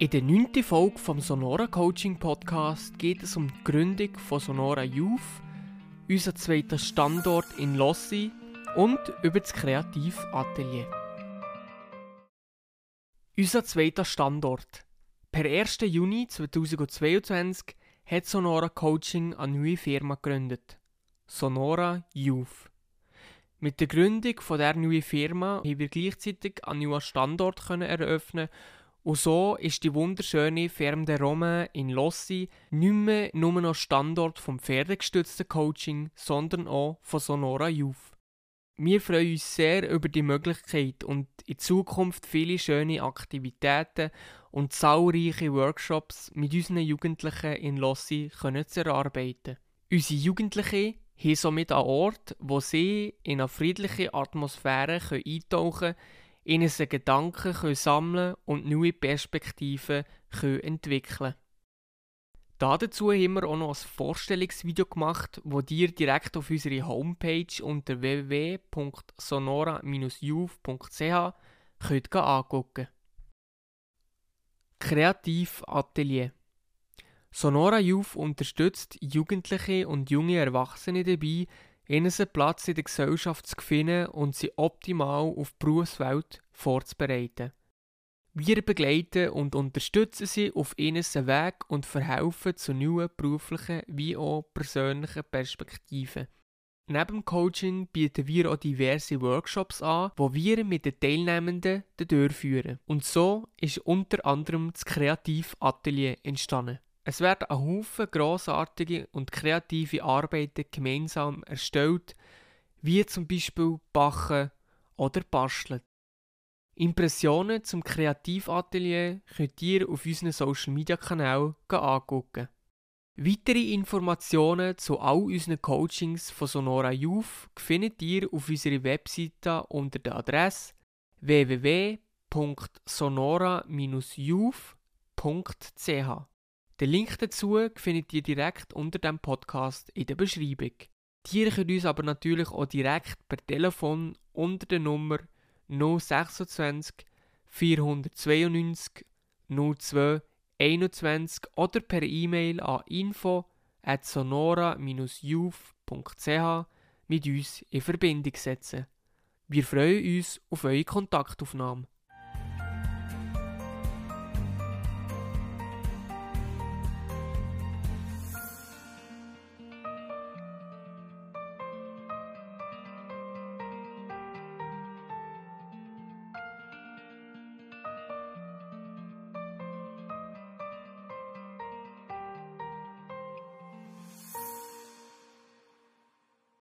In der 9. Folge vom Sonora Coaching Podcast geht es um die Gründung von Sonora Youth, unser zweiter Standort in Lossi und über das Kreativatelier. Unser zweiter Standort. Per 1. Juni 2022 hat Sonora Coaching eine neue Firma gegründet. Sonora Youth. Mit der Gründung von dieser neuen Firma haben wir gleichzeitig einen neuen Standort eröffnen. Und so ist die wunderschöne Ferme de Romain in Lossi nicht mehr nur noch Standort vom pferdegestützten Coaching, sondern auch von Sonora Youth. Wir freuen uns sehr über die Möglichkeit und in Zukunft viele schöne Aktivitäten und zahlreiche Workshops mit unseren Jugendlichen in Lossi zu erarbeiten. Unsere Jugendlichen haben somit einen Ort, wo sie in eine friedliche Atmosphäre eintauchen können, ihnen Gedanken sammeln und neue Perspektiven entwickeln. Dazu haben wir auch noch ein Vorstellungsvideo gemacht, das ihr direkt auf unsere Homepage unter www.sonora-youth.ch könnt anschauen. Kreativatelier. Sonora Youth unterstützt Jugendliche und junge Erwachsene dabei, ihnen einen Platz in der Gesellschaft zu finden und sie optimal auf die Berufswelt vorzubereiten. Wir begleiten und unterstützen sie auf ihren Weg und verhelfen zu neuen beruflichen wie auch persönlichen Perspektiven. Neben dem Coaching bieten wir auch diverse Workshops an, die wir mit den Teilnehmenden durchführen. Und so ist unter anderem das Kreativatelier entstanden. Es werden ein Haufen grossartige und kreative Arbeiten gemeinsam erstellt, wie zum Beispiel Backen oder Basteln. Impressionen zum Kreativatelier könnt ihr auf unseren Social Media Kanälen anschauen. Weitere Informationen zu all unseren Coachings von Sonora Youth findet ihr auf unserer Webseite unter der Adresse www.sonora-youth.ch. Den Link dazu findet ihr direkt unter dem Podcast in der Beschreibung. Ihr könnt uns aber natürlich auch direkt per Telefon unter der Nummer 026 492 02 21 oder per E-Mail an info@sonora-youth.ch mit uns in Verbindung setzen. Wir freuen uns auf eure Kontaktaufnahme.